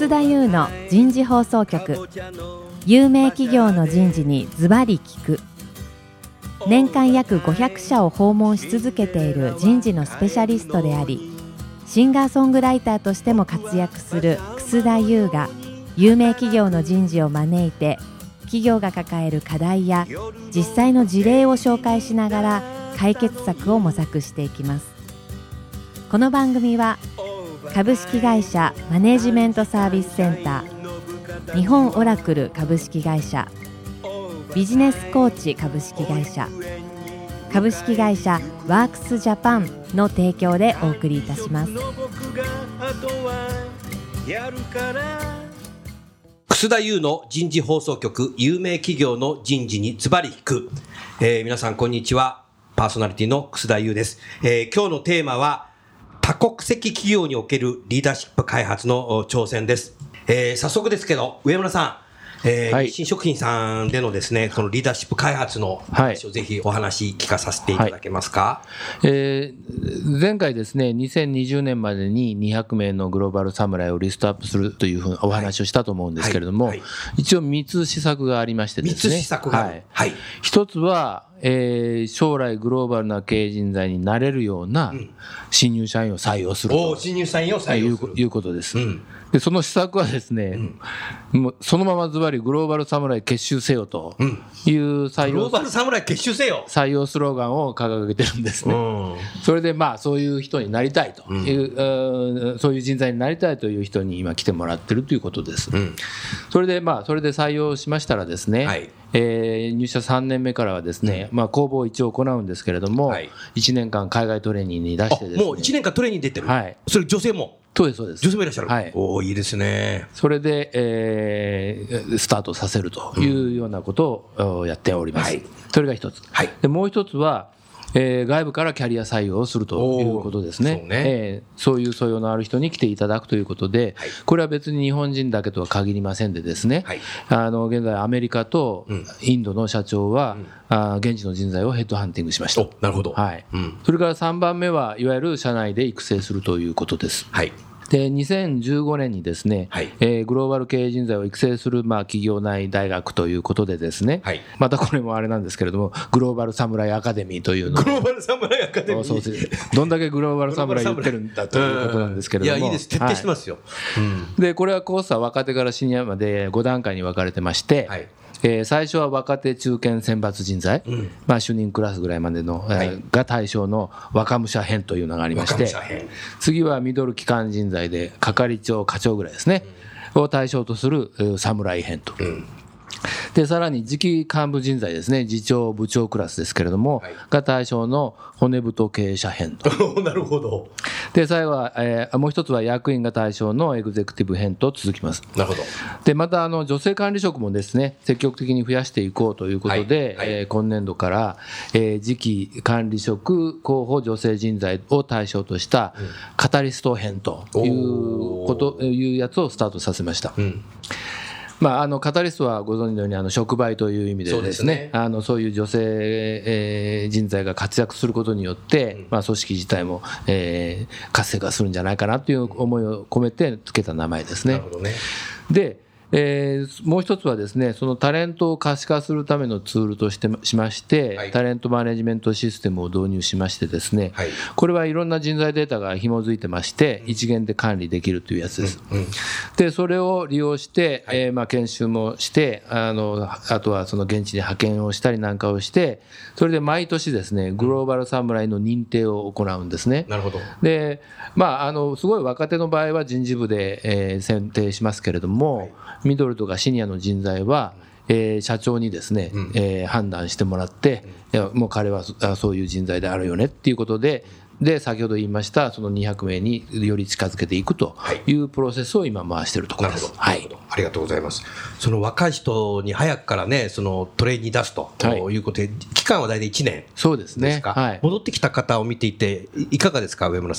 楠田優の人事放送局。有名企業の人事にズバリ聞く。年間約500社を訪問し続けている人事のスペシャリストであり、シンガーソングライターとしても活躍する楠田優が有名企業の人事を招いて、企業が抱える課題や実際の事例を紹介しながら解決策を模索していきます。この番組は株式会社マネジメントサービスセンター、日本オラクル株式会社、ビジネスコーチ株式会社、株式会社ワークスジャパンの提供でお送りいたします。 楠田優の人事放送局、有名企業の人事にズバリ聞く。皆さんこんにちは。パーソナリティの楠田優です。今日のテーマは多国籍企業におけるリーダーシップ開発の挑戦です。早速ですけど、上村さん、日清食品さんでのですね、そのリーダーシップ開発の話をぜひお話聞かさせていただけますか。 前回ですね、2020年までに200名のグローバル侍をリストアップするというふうなお話をしたと思うんですけれども、一応3つ施策がありましてですね、 3つ施策がある。 一つは、将来グローバルな経営人材になれるような新入社員を採用すると、 新入社員を採用するいうことです。でその施策はですね、もうそのままズバリグローバル侍結集せよというグローバル侍結集せよ採用スローガンを掲げてるんですね。それでそういう人になりたいという、そういう人材になりたいという人に今来てもらってるということです。それで採用しましたらですね、入社3年目からはですね、公募を一応行うんですけれども、1年間海外トレーニングに出してですね、 もう1年間トレーニング出てる。それ女性も。 そうです。 女性もいらっしゃる。いいですね。 それで、スタートさせるというようなことをやっております。それが一つ。でもう一つは、外部からキャリア採用をするということですね。そういう素養のある人に来ていただくということで、これは別に日本人だけとは限りませんでですね、現在アメリカとインドの社長は、現地の人材をヘッドハンティングしました。 なるほど。 それから3番目はいわゆる社内で育成するということです。で2015年にですね、グローバル経営人材を育成する企業内大学ということでですね、またこれもあれなんですけれども、グローバルサムライアカデミーというのを、 グローバルサムライアカデミー、 どんだけグローバルサムライ言ってるんだということなんですけれども、 いいです、徹底してますよ。 でこれはコースは若手からシニアまで5段階に分かれてまして、最初は若手中堅選抜人材、主任クラスぐらいまでの、が対象の若武者編というのがありまして、次はミドル機関人材で係長課長ぐらいですね、を対象とする侍編と。でさらに次期幹部人材ですね、次長部長クラスですけれども、が対象の骨太経営者編と。 なるほど。 で最後は、もう一つは役員が対象のエグゼクティブ編と続きます。 なるほど。 でまた女性管理職もですね、積極的に増やしていこうということで、今年度から、次期管理職候補女性人材を対象としたカタリスト編というやつをスタートさせました。カタリストはご存知のように触媒という意味でですね、そういう女性、人材が活躍することによって、組織自体も、活性化するんじゃないかなという思いを込めてつけた名前ですね。 なるほどね。 でもう一つはですね、そのタレントを可視化するためのツールとしまして、タレントマネジメントシステムを導入しましてですね、これはいろんな人材データが紐づいてまして、一元で管理できるというやつです。でそれを利用して、研修もして、あとはその現地で派遣をしたりなんかをして、それで毎年ですね、グローバル侍の認定を行うんですね。 なるほど。 ですごい若手の場合は人事部で、選定しますけれども、ミドルとかシニアの人材は、社長にですね、判断してもらって、もう彼はそういう人材であるよねっていうことで、先ほど言いましたその200名により近づけていくというプロセスを今回しているところです。 ありがとうございます。その若い人に早くからね、そのトレーに出すということで、期間は大体1年ですか。 そうですね。 戻ってきた方を見ていていかがですか、上村さん。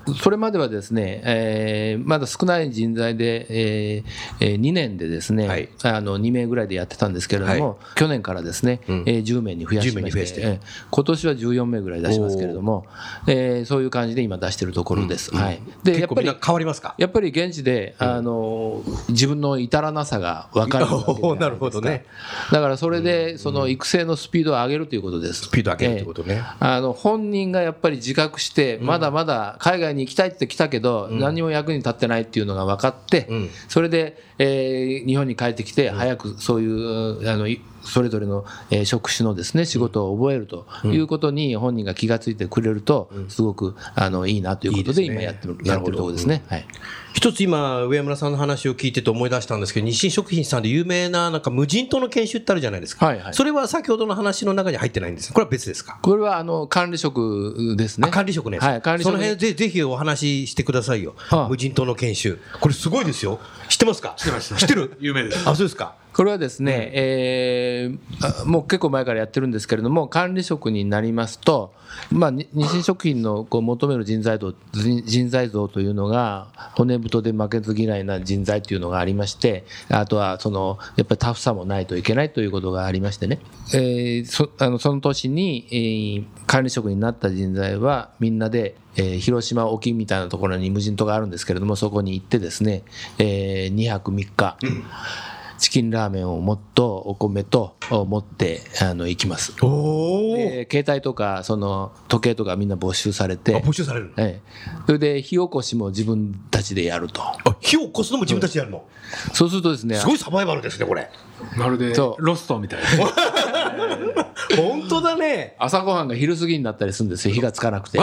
それまではですね、まだ少ない人材で、2年でですね、 はい、 2名ぐらいでやってたんですけれども、はい、去年からですね、10名に増やしまして、今年は14名ぐらい出しますけれども、そういう感じで今出しているところです。はい、で結構みんな変わりますか？ やっぱり現地で、自分の至らなさが分かるわけじゃないですか。 なるほどね。 だからそれでその育成のスピードを上げるということです。 スピード上げるということね。 本人がやっぱり自覚して、まだまだ海外に行きたいって来たけど、何も役に立ってないっていうのが分かって、それで、日本に帰ってきて早くそういうそれぞれの職種のですね仕事を覚えるということに本人が気がついてくれるとすごくいいなということで今やってるところですね。はい、 一つ今上村さんの話を聞いてて思い出したんですけど、日清食品さんで有名ななんか無人島の研修ってあるじゃないですか。はいはい、それは先ほどの話の中に入ってないんですか？これは別ですか？ これは管理職ですね。 管理職ね。 はい、管理職。 その辺ぜひお話ししてくださいよ。無人島の研修。これすごいですよ。知ってますか？ 知ってます。 知ってる？ 有名です。 あ、そうですか。 これはですね、もう結構前からやってるんですけれども、管理職になりますと、日清食品の求める人材像というのが骨太で負けず嫌いな人材というのがありまして、あとはやっぱりタフさもないといけないということがありましてね、その年に、管理職になった人材はみんなで広島沖みたいなところに無人島があるんですけれども、そこに行ってですね、2泊3日、チキンラーメンをお米と持って行きます。で携帯とか時計とかみんな没収されて、 没収される、 それで火起こしも自分たちでやると。 火を起こすのも自分たちでやるの？ そうするとですね、 すごいサバイバルですねこれ。 まるでロストみたいな。 本当だね。 朝ごはんが昼過ぎになったりするんですよ、火がつかなくて。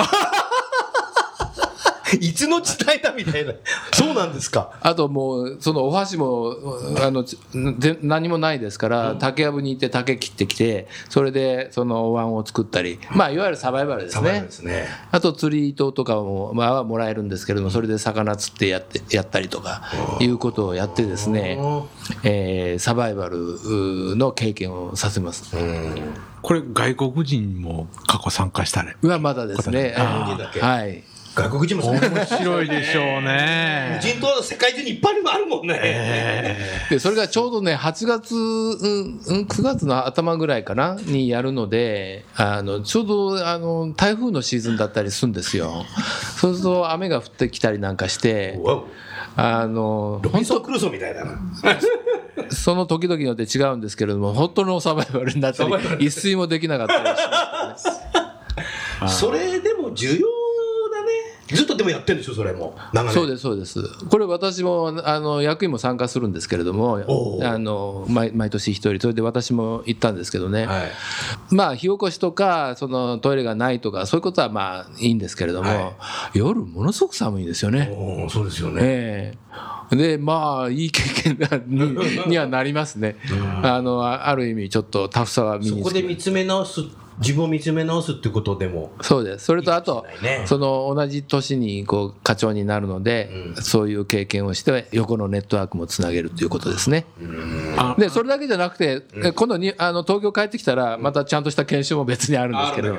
いつの時代だみたいな。そうなんですか。 あともうお箸も何もないですから、竹やぶに行って竹切ってきて、それでお椀を作ったり、いわゆるサバイバルですね。あと釣り糸とかもはもらえるんですけれども、それで魚釣ってやったりとかいうことをやってですね、サバイバルの経験をさせます。 これ外国人も過去参加したね。 はまだですね。はい。 外国人も面白いでしょうね。 無人島は世界中にいっぱいあるもんね。 でそれがちょうどね8月、9月の頭ぐらいかなにやるので、ちょうど台風のシーズンだったりするんですよ。そうすると雨が降ってきたりなんかして、 ロビンソンクルーソーみたいだな。 その時々によって違うんですけれども、本当のサバイバルになったり一睡もできなかったりしますね。 それでも重要だね。ずっとでもやってるんでしょ、それも。 そうですそうです。これ私も役員も参加するんですけれども、毎年一人、それで私も行ったんですけどね、火起こしとかトイレがないとかそういうことはいいんですけれども、夜ものすごく寒いんですよね。 そうですよね。 でいい経験にはなりますね。ある意味ちょっとタフさは身につける。 そこで見つめ直す、自分を見つめ直すっていうことでも。 そうです。それとあと同じ年に課長になるので、そういう経験をして横のネットワークもつなげるということですね。でそれだけじゃなくて、今度に東京帰ってきたらまたちゃんとした研修も別にあるんですけど、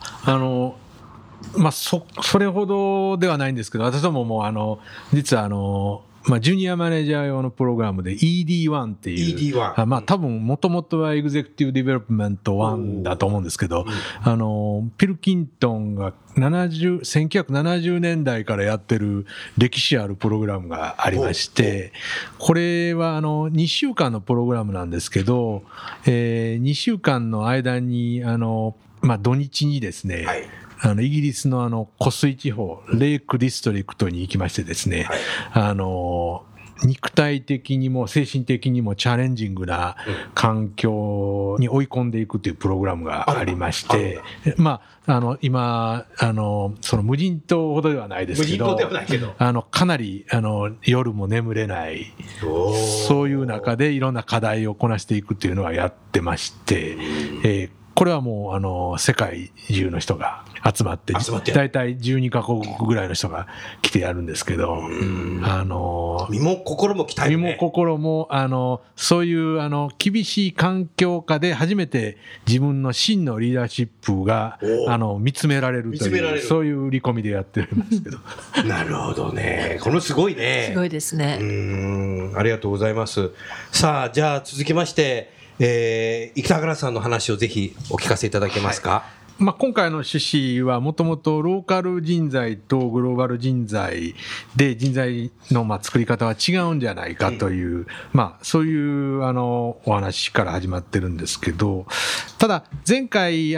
それほどではないんですけど、私どもも実はジュニアマネージャー用のプログラムで ED1 っていう、多分もともとはエグゼクティブディベロップメント1だと思うんですけど、ピルキントンが1970年代からやってる歴史あるプログラムがありまして、これは2週間のプログラムなんですけど、2週間の間に土日にですね、イギリスの湖水地方、レイクディストリクトに行きましてですね、肉体的にも精神的にもチャレンジングな環境に追い込んでいくというプログラムがありまして、今その無人島ほどではないですけど、かなり夜も眠れない、そういう中でいろんな課題をこなしていくというのはやってまして、 これはもう世界中の人が集まってだいたい12カ国ぐらいの人が来てやるんですけど、 身も心も鍛えるね。 身も心もそういう厳しい環境下で初めて自分の真のリーダーシップが見つめられるというそういう売り込みでやってるんですけどなるほどね。このすごいね。 すごいですね。 ありがとうございます。さあ、じゃあ続きまして、生田原さんの話をぜひお聞かせいただけますか。はい、 今回の趣旨はもともとローカル人材とグローバル人材で人材の作り方は違うんじゃないかという、そういうお話から始まってるんですけど、ただ前回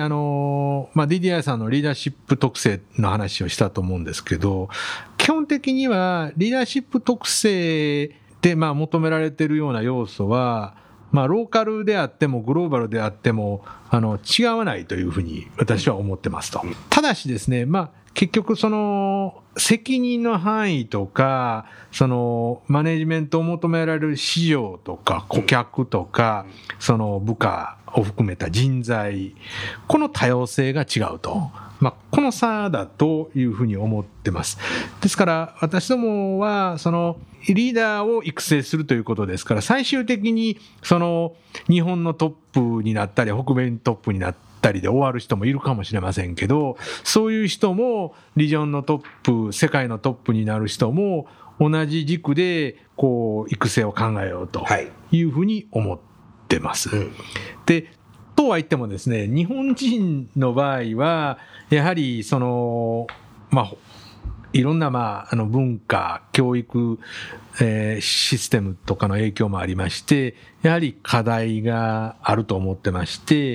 DDI さんのリーダーシップ特性の話をしたと思うんですけど、基本的にはリーダーシップ特性で求められているような要素はローカルであってもグローバルであっても違わないというふうに私は思ってますと。ただしですね、結局その責任の範囲とかそのマネジメントを求められる市場とか顧客とかその部下を含めた人材、この多様性が違うと。この差だというふうに思ってます。ですから私どもはそのリーダーを育成するということですから、最終的にその日本のトップになったり北米トップになったりで終わる人もいるかもしれませんけど、そういう人もリジョンのトップ、世界のトップになる人も同じ軸で育成を考えようというふうに思ってます。でとは言ってもですね、日本人の場合はやはりそのいろんな文化、教育、システムとかの影響もありまして、やはり課題があると思ってまして、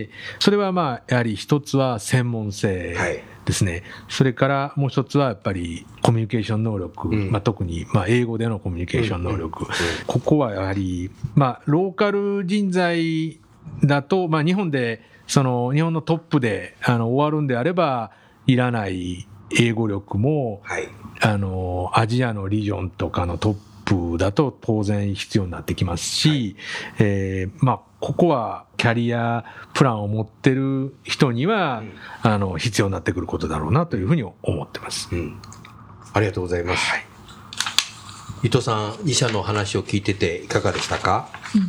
それはやはり一つは専門性ですね。それからもう一つはやっぱりコミュニケーション能力、特に英語でのコミュニケーション能力。ここはやはりローカル人材だと日本で日本のトップで終わるんであればいらない英語力も、アジアのリージョンとかのトップだと当然必要になってきますし、ここはキャリアプランを持ってる人には、必要になってくることだろうなというふうに思ってます。 ありがとうございます。伊藤さん、2社の話を聞いてていかがでしたか？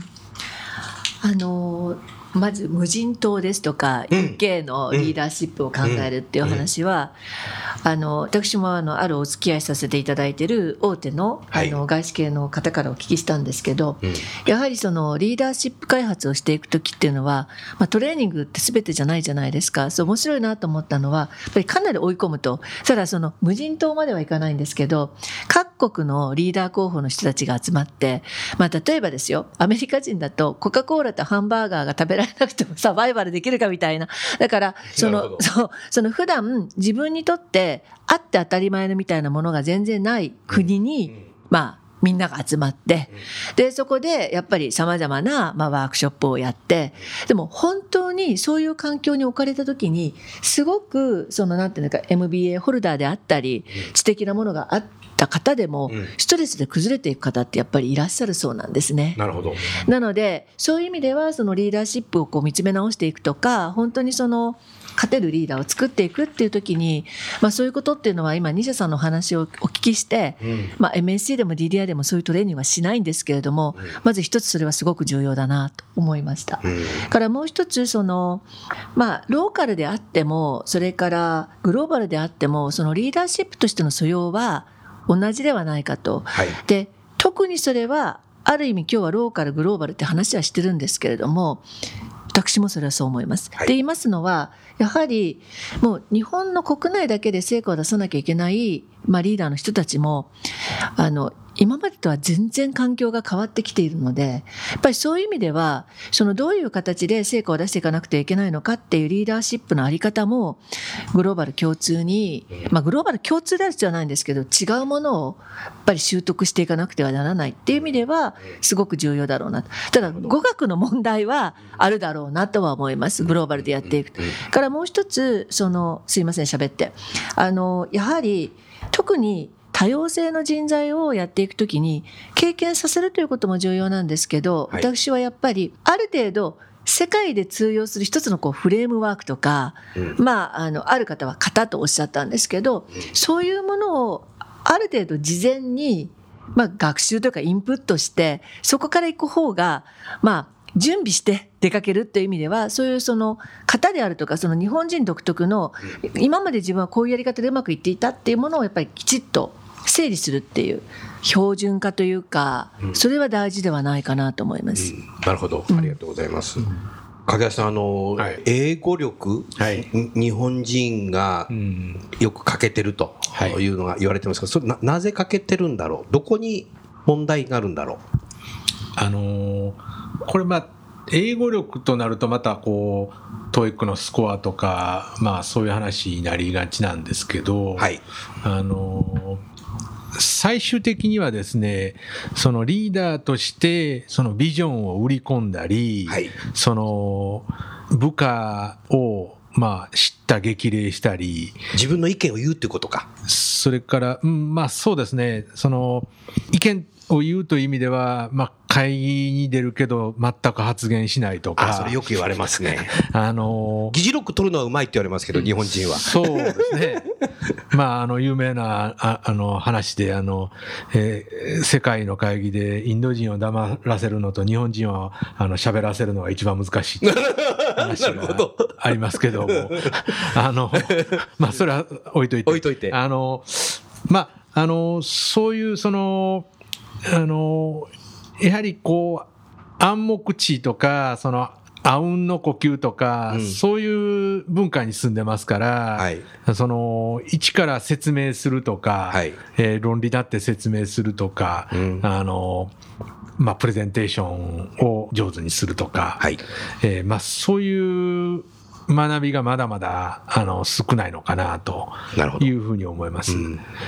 まず無人島ですとか UK のリーダーシップを考えるっていう話は、私もあるお付き合いさせていただいている大手の、外資系の方からお聞きしたんですけど、やはりそのリーダーシップ開発をしていくときっていうのは、トレーニングって全てじゃないじゃないですか。面白いなと思ったのはやっぱりかなり追い込むと、ただその無人島まではいかないんですけど、各国のリーダー候補の人たちが集まって、例えばですよ、アメリカ人だとコカ・コーラとハンバーガーが食べられなくてもサバイバルできるかみたいな。だからその普段自分にとってあって当たり前のみたいなものが全然ない国にみんなが集まって、でそこでやっぱりさまざまなワークショップをやって、でも本当にそういう環境に置かれた時にすごくなんていうのか MBA ホルダーであったり知的なものがあった方でもストレスで崩れていく方ってやっぱりいらっしゃるそうなんですね。 なるほど。 なのでそういう意味ではそのリーダーシップを見つめ直していくとか、本当に勝てるリーダーを作っていくっていう時に、そういうことっていうのは今西田さんの話をお聞きして、MSC でも DDI でもそういうトレーニングはしないんですけれども、まず一つそれはすごく重要だなと思いました。からもう一つローカルであってもそれからグローバルであってもそのリーダーシップとしての素養は同じではないかと。で特にそれはある意味今日はローカルグローバルって話はしてるんですけれども、私もそれはそう思います。で言いますのはやはりもう日本の国内だけで成果を出さなきゃいけない、リーダーの人たちも今までとは全然環境が変わってきているので、やっぱりそういう意味ではどういう形で成果を出していかなくてはいけないのかっていうリーダーシップのあり方もグローバル共通に、グローバル共通である必要はないんですけど、違うものをやっぱり習得していかなくてはならないっていう意味ではすごく重要だろうな。ただ語学の問題はあるだろうなとは思います。グローバルでやっていくからもう一つすいません喋ってやはり特に多様性の人材をやっていくときに経験させるということも重要なんですけど、私はやっぱりある程度世界で通用する一つのフレームワークとか、ある方は型とおっしゃったんですけど、そういうものをある程度事前に、学習とかインプットして、そこから行く方が、準備して出かけるっていう意味では、そういうその型であるとか、その日本人独特の今まで自分はこういうやり方でうまくいっていたっていうものをやっぱりきちっと整理するっていう標準化というか、それは大事ではないかなと思います。 なるほど、ありがとうございます。影谷さん、英語力、日本人がよく欠けてるというのが言われてますけど、それ なぜ欠けてるんだろう、どこに問題があるんだろう。 これ英語力となるとまたTOEIC のスコアとか、そういう話になりがちなんですけど、最終的にはですね、そのリーダーとしてそのビジョンを売り込んだり、その部下を知った激励したり、 自分の意見を言うっていうことか。 それから、そうですね、その意見を言うという意味では、会議に出るけど全く発言しないとか。 それよく言われますね。議事録取るのはうまいって言われますけど、日本人は。 そうですね。有名な話で、世界の会議でインド人を黙らせるのと日本人を喋らせるのが一番難しい話がありますけども、それは置いといて。そういうそのやはり暗黙知とか、その阿吽の呼吸とか、そういう文化に住んでますから、その一から説明するとか、論理だって説明するとか、プレゼンテーションを上手にするとか、そういう学びがまだまだ少ないのかなというふうに思います。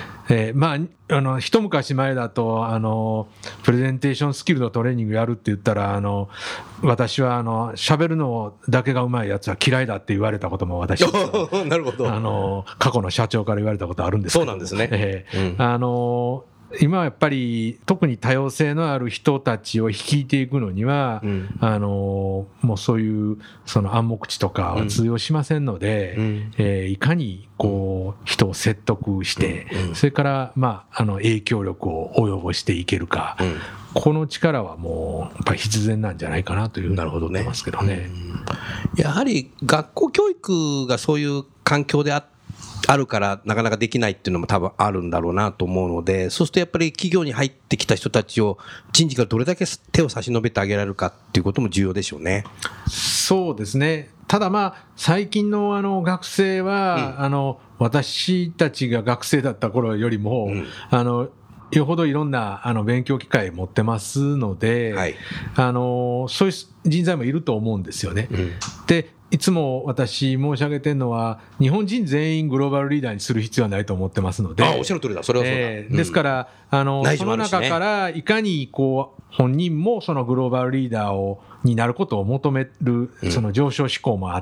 一昔前だとプレゼンテーションスキルのトレーニングやるって言ったら私は喋るのだけがうまいやつは嫌いだって言われたことも私はなるほど。 過去の社長から言われたことあるんですけど。 そうなんですね。 今はやっぱり特に多様性のある人たちを率いていくのには、もうそういうその暗黙知とかは通用しませんので、いかに人を説得して、それから影響力を及ぼしていけるか、この力はもうやっぱり必然なんじゃないかなというふうに思ってますけどね。 やはり学校教育がそういう環境であるからなかなかできないっていうのも多分あるんだろうなと思うので、そうするとやっぱり企業に入ってきた人たちを人事がどれだけ手を差し伸べてあげられるかっていうことも重要でしょうね。 そうですね。ただ最近の学生は、私たちが学生だった頃よりも、よほどいろんな勉強機会持ってますので、そういう人材もいると思うんですよね。でいつも私申し上げてるのは、日本人全員グローバルリーダーにする必要はないと思ってますので。 おっしゃる通りだ、それはそうだ。 ですから、その中からいかに本人もそのグローバルリーダーになることを求める、その上昇志向もあって、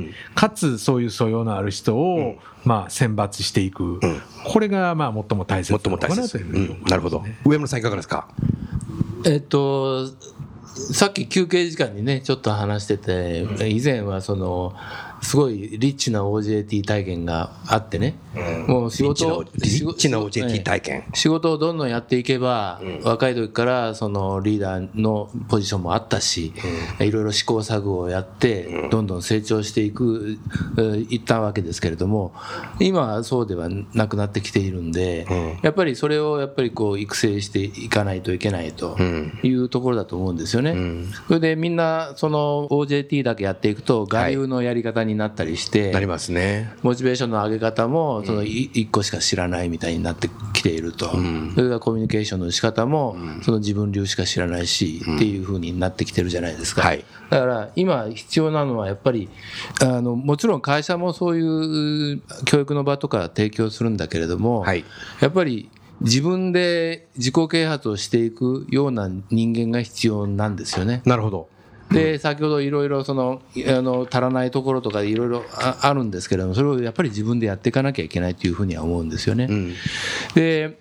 かつそういう素養のある人を選抜していく。これが最も大切なのかなというふうに思いますね。 なるほど。上村さんいかがですか。 さっき休憩時間にねちょっと話してて、以前はすごいリッチな OJT 体験があってね、もう仕事をリッチな OJT 体験、 仕事をどんどんやっていけば、若い時からそのリーダーのポジションもあったし、いろいろ試行錯誤をやってどんどん成長していったわけですけれども、今はそうではなくなってきているんで、やっぱりそれを育成していかないといけないというところだと思うんですよね。それでみんなその OJT だけやっていくと我流のやり方になったりして、 なりますね。 モチベーションの上げ方もその1個しか知らないみたいになってきていると、それからコミュニケーションの仕方もその自分流しか知らないしっていう風になってきてるじゃないですか。だから今必要なのはやっぱりもちろん会社もそういう教育の場とか提供するんだけれども、やっぱり自分で自己啓発をしていくような人間が必要なんですよね。 なるほど。 で先ほどいろいろ足らないところとかいろいろあるんですけれども、それをやっぱり自分でやっていかなきゃいけないというふうには思うんですよね。で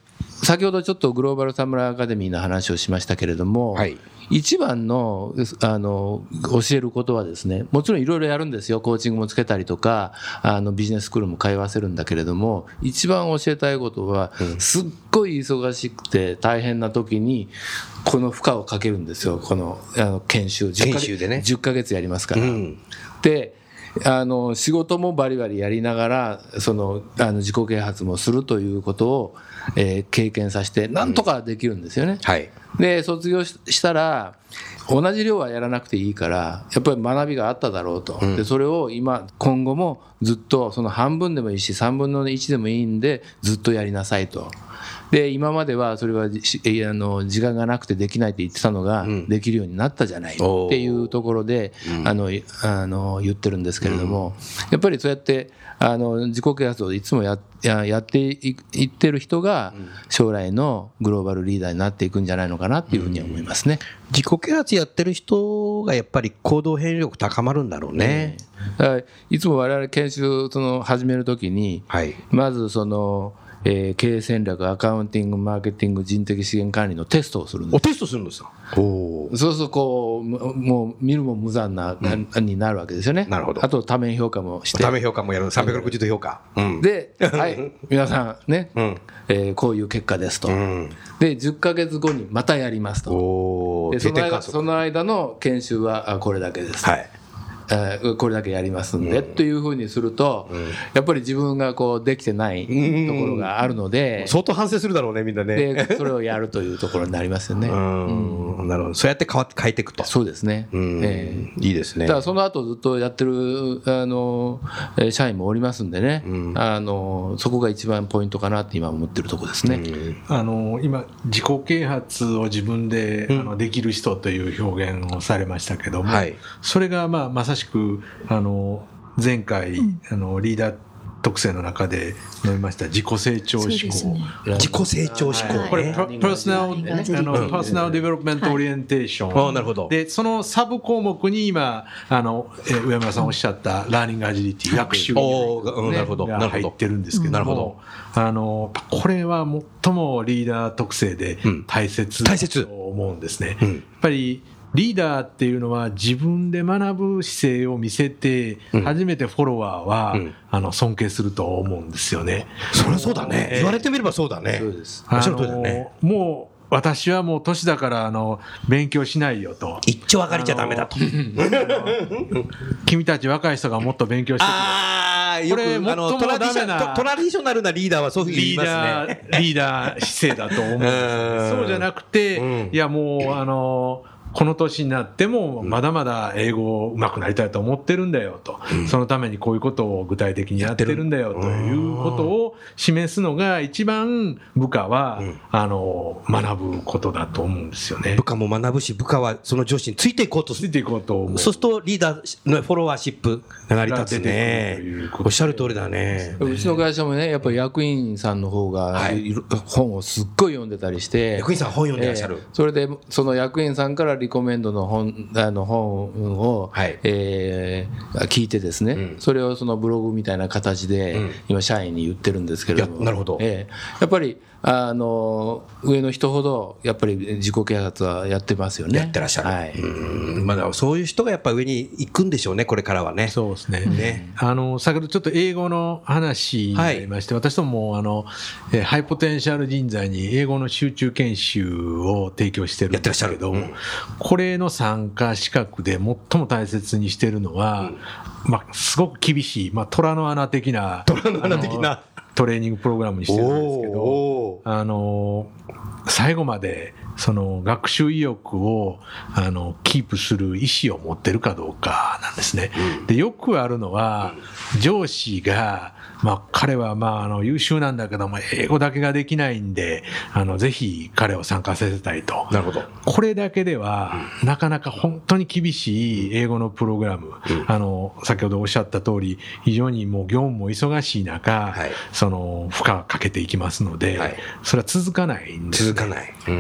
先ほどちょっとグローバルサムライアカデミーの話をしましたけれども、 はい、 一番の教えることはですね、もちろんいろいろやるんですよ。コーチングもつけたりとかビジネススクールも通わせるんだけれども、一番教えたいことは、すっごい忙しくて大変な時にこの負荷をかけるんですよ。この研修でね、 10ヶ月やりますから、で仕事もバリバリやりながら自己啓発もするということを、経験させてなんとかできるんですよね、 はい、 で卒業したら同じ量はやらなくていいからやっぱり学びがあっただろうと、でそれを今後もずっとその半分でもいいし3分の1でもいいんでずっとやりなさいと。で今まではそれは時間がなくてできないって言ってたのができるようになったじゃないっていうところで言ってるんですけれども、やっぱりそうやって自己啓発をいつもやっていってる人が将来のグローバルリーダーになっていくんじゃないのかなっていうふうに思いますね。 自己啓発やってる人がやっぱり行動変容力高まるんだろうね。 だからいつも我々研修始めるときに、はい、まず経営戦略、アカウンティング、マーケティング、人的資源管理のテストをするんです。 テストするんですか。 そうするともう見るも無残な、になるわけですよね。 なるほど。 あと多面評価もして。 多面評価もやる。360度評価。 で、はい、皆さんね、こういう結果ですと。で、10ヶ月後にまたやりますと。でその間の研修はこれだけです。はい。これだけやりますんで、っていうふうにすると、やっぱり自分ができてないところがあるので、 相当反省するだろうね、みんなね。 でそれをやるというところになりますよね。 なるほど。そうやって変えていくと。 そうですね。 いいですね。 だからその後ずっとやってる社員もおりますんでね、そこが一番ポイントかなって今思ってるところですね。 今自己啓発を自分でできる人という表現をされましたけども、それがまさしく前回リーダー特性の中で述べました自己成長思考、 自己成長思考、 これパーソナルディベロップメントオリエンテーション、 なるほど。 でそのサブ項目に今上村さんおっしゃったラーニングアジリティ、学習が入ってるんですけども、これは最もリーダー特性で大切と思うんですね。やっぱりリーダーっていうのは自分で学ぶ姿勢を見せて初めてフォロワーは尊敬すると思うんですよね。 そりゃそうだね。言われてみればそうだね。 そうです。 おっしゃる通りだね。 もう私はもう年だから勉強しないよと。 一丁上がりちゃダメだと。 君たち若い人がもっと勉強してくれ。 よくトラディショナルなリーダーはそういうふうに言いますね。 リーダー姿勢だと思うんです。そうじゃなくて、いやもうこの年になってもまだまだ英語上手くなりたいと思ってるんだよと、そのためにこういうことを具体的にやってるんだよということを示すのが一番部下は学ぶことだと思うんですよね。 部下も学ぶし、部下はその上司についていこうと思う。そうするとリーダーのフォロワーシップが成り立つね。おっしゃる通りだね。 うちの会社もね、やっぱり役員さんの方が本をすっごい読んでたりして、 役員さん本読んでらっしゃる。 それでその役員さんからリコメンドの本を、聞いてですね、それをそのブログみたいな形で今社員に言ってるんですけれども、 なるほど。 やっぱり上の人ほどやっぱり自己啓発はやってますよね。 やってらっしゃる。そういう人がやっぱ上に行くんでしょうね、これからはね。 そうですね。先ほどちょっと英語の話になりまして、私どもハイポテンシャル人材に英語の集中研修を提供してるんですけど、これの参加資格で最も大切にしてるのは、すごく厳しい、虎の穴的なトレーニングプログラムにしてるんですけど、最後までその学習意欲をキープする意思を持ってるかどうかなんですね。でよくあるのは上司が彼は優秀なんだけども英語だけができないんでぜひ彼を参加させたいと。 なるほど。これだけではなかなか本当に厳しい英語のプログラム、先ほどおっしゃった通り非常にもう業務も忙しい中、その負荷かけていきますので、それは続かないんです、ね。 続かない。 ですから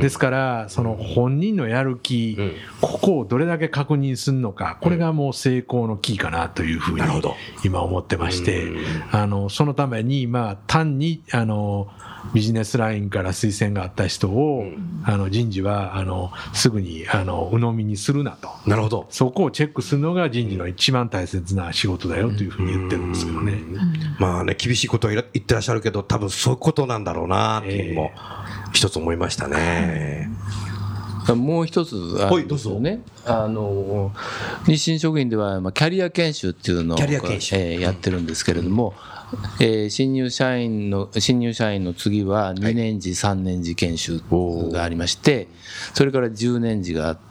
がその本人のやる気、ここをどれだけ確認するのか、これがもう成功のキーかなというふうに今思ってまして、そのために単にビジネスラインから推薦があった人を人事はすぐに鵜呑みにするなと。 なるほど。 そこをチェックするのが人事の一番大切な仕事だよというふうに言ってるんですけどね。 まあね、厳しいことを言ってらっしゃるけど、多分そういうことなんだろうなっていうのも一つ思いましたね。 もう一つあるんですよね。日清食品ではキャリア研修っていうのをやってるんですけれども、新入社員の次は2年次3年次研修がありまして、それから10年次があって、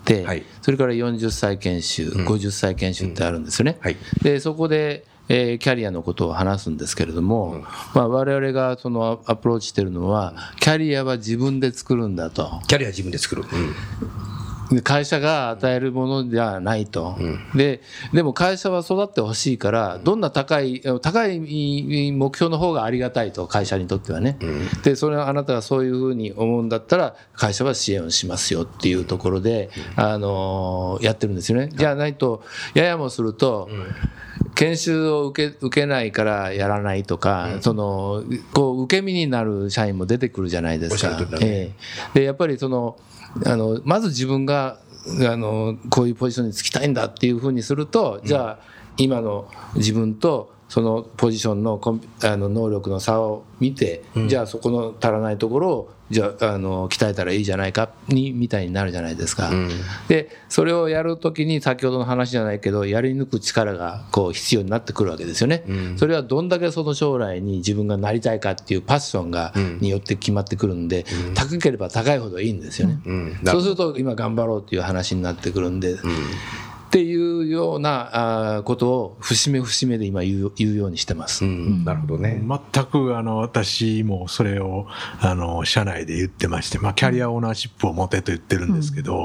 それから40歳研修、50歳研修ってあるんですよね。でそこでキャリアのことを話すんですけれども、我々がそのアプローチしているのは、キャリアは自分で作るんだと。 キャリアは自分で作る、 会社が与えるものではないと、でも会社は育ってほしいから、どんな高い目標の方がありがたいと、会社にとってはね、でそれはあなたがそういうふうに思うんだったら会社は支援をしますよっていうところで、やってるんですよね。じゃないとややもすると、研修を受けないからやらないとか、こう受け身になる社員も出てくるじゃないですか。でやっぱりまず自分がこういうポジションに就きたいんだっていうふうにすると、じゃあ今の自分とそのポジションの能力の差を見て、じゃあそこの足らないところをじゃあ鍛えたらいいじゃないかみたいになるじゃないですか。でそれをやるときに、先ほどの話じゃないけど、やり抜く力が必要になってくるわけですよね。それはどんだけその将来に自分がなりたいかっていうパッションによって決まってくるんで、高ければ高いほどいいんですよね。そうすると今頑張ろうっていう話になってくるんで、っていうようなことを節目節目で今言うようにしてます。 なるほどね。 全く私もそれを社内で言ってまして、キャリアオーナーシップを持てと言ってるんですけど、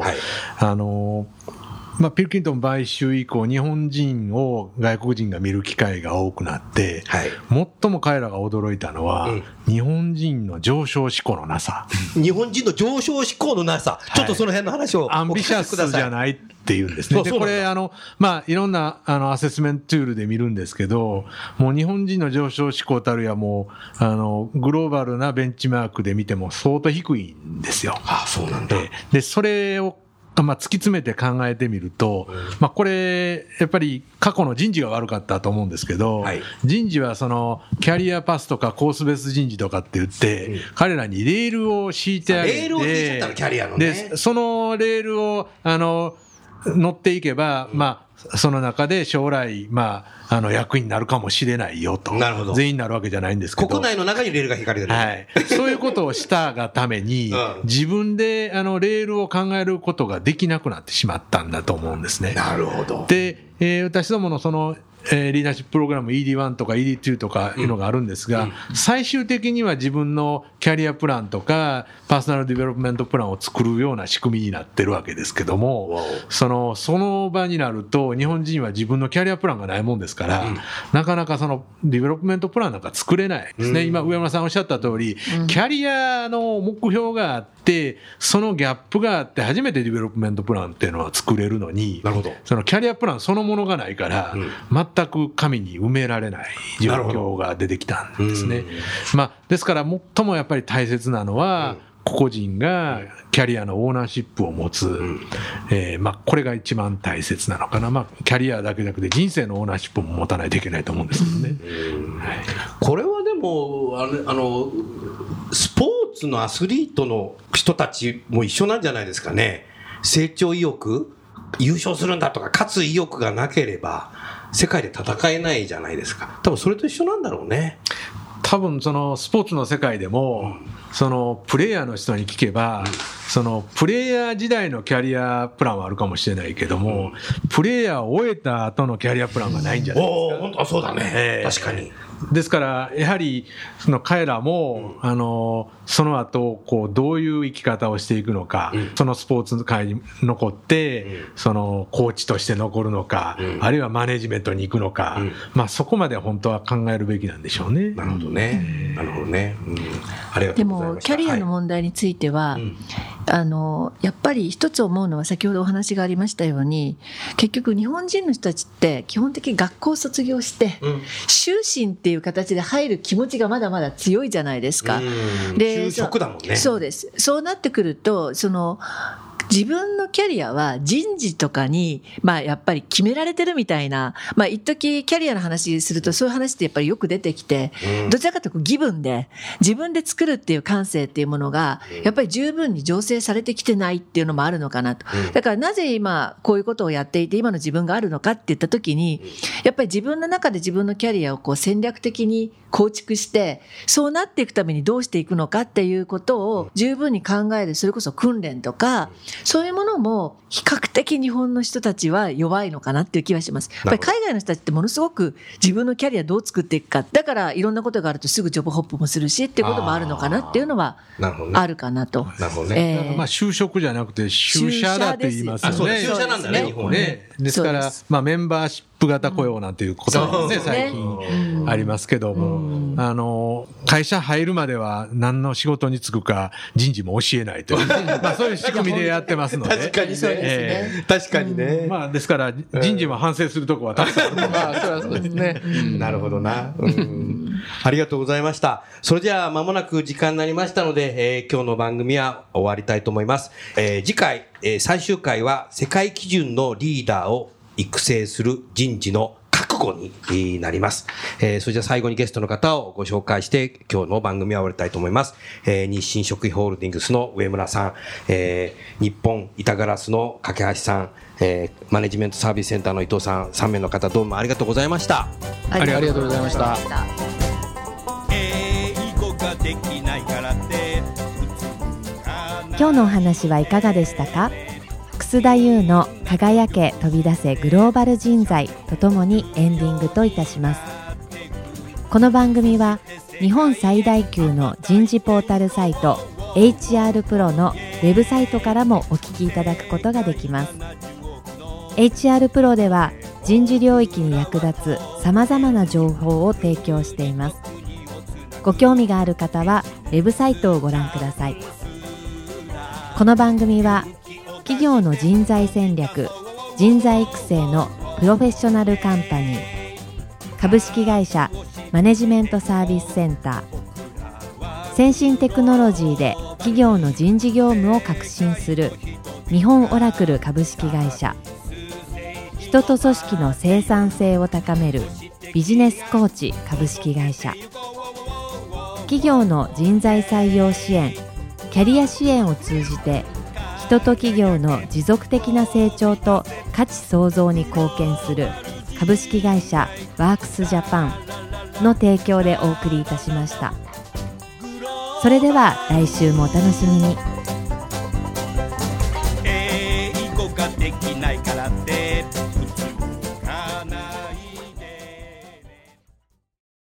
ピルキントン買収以降、日本人を外国人が見る機会が多くなって、最も彼らが驚いたのは、日本人の上昇志向のなさ。 日本人の上昇志向のなさ、ちょっとその辺の話をアンビシャスじゃないっていうんですね。でこれいろんなアセスメントツールで見るんですけど、もう日本人の上昇志向たるや、もうグローバルなベンチマークで見ても相当低いんですよ。 そうなんだ。 でそれを突き詰めて考えてみると、これやっぱり過去の人事が悪かったと思うんですけど、人事はそのキャリアパスとかコースベース人事とかって言って、彼らにレールを敷いてあげて、 レールを敷いちゃったの、キャリアのね。 でそのレールを乗っていけば、その中で将来、役員になるかもしれないよと。 なるほど。 全員になるわけじゃないんですけど。 国内の中にレールが引かれてる。 そういうことをしたがために、自分でレールを考えることができなくなってしまったんだと思うんですね。 なるほど。 で、私どものリーダーシッププログラム ED1 とか ED2 とかいうのがあるんですが、最終的には自分のキャリアプランとかパーソナルディベロップメントプランを作るような仕組みになってるわけですけども、その場になると日本人は自分のキャリアプランがないもんですから、なかなかそのディベロップメントプランなんか作れないですね。今上村さんおっしゃった通り、キャリアの目標があって、そのギャップがあって初めてディベロップメントプランっていうのは作れるのに、そのキャリアプランそのものがないから、全く紙に埋められない状況が出てきたんですね。ですから最もやっぱり大切なのは、個々人がキャリアのオーナーシップを持つ、これが一番大切なのかな。キャリアだけじゃなくて人生のオーナーシップも持たないといけないと思うんですけどね。 これはでもスポーツのアスリートの人たちも一緒なんじゃないですかね。成長意欲、優勝するんだとか勝つ意欲がなければ世界で戦えないじゃないですか。多分それと一緒なんだろうね。 多分そのスポーツの世界でも、そのプレイヤーの人に聞けば、そのプレイヤー時代のキャリアプランはあるかもしれないけども、プレイヤーを終えた後のキャリアプランがないんじゃないですか。 本当そうだね、確かに。 ですからやはりその彼らも、その後こうどういう生き方をしていくのか、そのスポーツ界に残って、そのコーチとして残るのか、あるいはマネジメントに行くのか、そこまで本当は考えるべきなんでしょうね。 なるほどね、なるほどね、ありがとうございました。 でもキャリアの問題については、やっぱり一つ思うのは、先ほどお話がありましたように、結局日本人の人たちって基本的に学校を卒業して、修身っていう形で入る気持ちがまだまだ強いじゃないですか。 で、就職だもんね。 そうです。そうなってくると、自分のキャリアは人事とかに、やっぱり決められてるみたいな、一時キャリアの話するとそういう話ってやっぱりよく出てきて、どちらかというとギブンで自分で作るっていう感性っていうものがやっぱり十分に醸成されてきてないっていうのもあるのかなと。だからなぜ今こういうことをやっていて今の自分があるのかって言った時に、やっぱり自分の中で自分のキャリアをこう戦略的に構築して、そうなっていくためにどうしていくのかっていうことを十分に考える、それこそ訓練とかそういうものも比較的日本の人たちは弱いのかなっていう気はします。やっぱり海外の人たちってものすごく自分のキャリアどう作っていくか、だからいろんなことがあるとすぐジョブホップもするしっていうこともあるのかなっていうのはあるかなと。 なるほどね。 就職じゃなくて就社だって言いますよね。 就社なんだね、日本ね。 ですからメンバーシップ型雇用なんていうこともね、最近ありますけども、会社入るまでは何の仕事に就くか人事も教えないというそういう仕組みでやってますので。 確かにね。確かにね。 ですから人事も反省するところはたくさんある。 それはそうですね。 なるほどな。ありがとうございました。それじゃあ間もなく時間になりましたので、今日の番組は終わりたいと思います。次回、最終回は世界基準のリーダーを育成する人事の覚悟になります。それじゃあ最後にゲストの方をご紹介して今日の番組は終わりたいと思います。日清食品ホールディングスの上村さん、日本板ガラスの架橋さん、マネジメントサービスセンターの伊藤さん、3名の方どうもありがとうございました。 ありがとうございました。 今日のお話はいかがでしたか？楠田優の輝け飛び出せグローバル人材とともにエンディングといたします。この番組は日本最大級の人事ポータルサイト HR プロのウェブサイトからもお聞きいただくことができます。 HR プロでは人事領域に役立つさまざまな情報を提供しています。ご興味がある方はウェブサイトをご覧ください。この番組は企業の人材戦略、人材育成のプロフェッショナルカンパニー、株式会社マネジメントサービスセンター、先進テクノロジーで企業の人事業務を革新する日本オラクル株式会社、人と組織の生産性を高めるビジネスコーチ株式会社、企業の人材採用支援、キャリア支援を通じて人と企業の持続的な成長と価値創造に貢献する株式会社ワークスジャパンの提供でお送りいたしました。それでは来週もお楽しみに。 英語ができないからって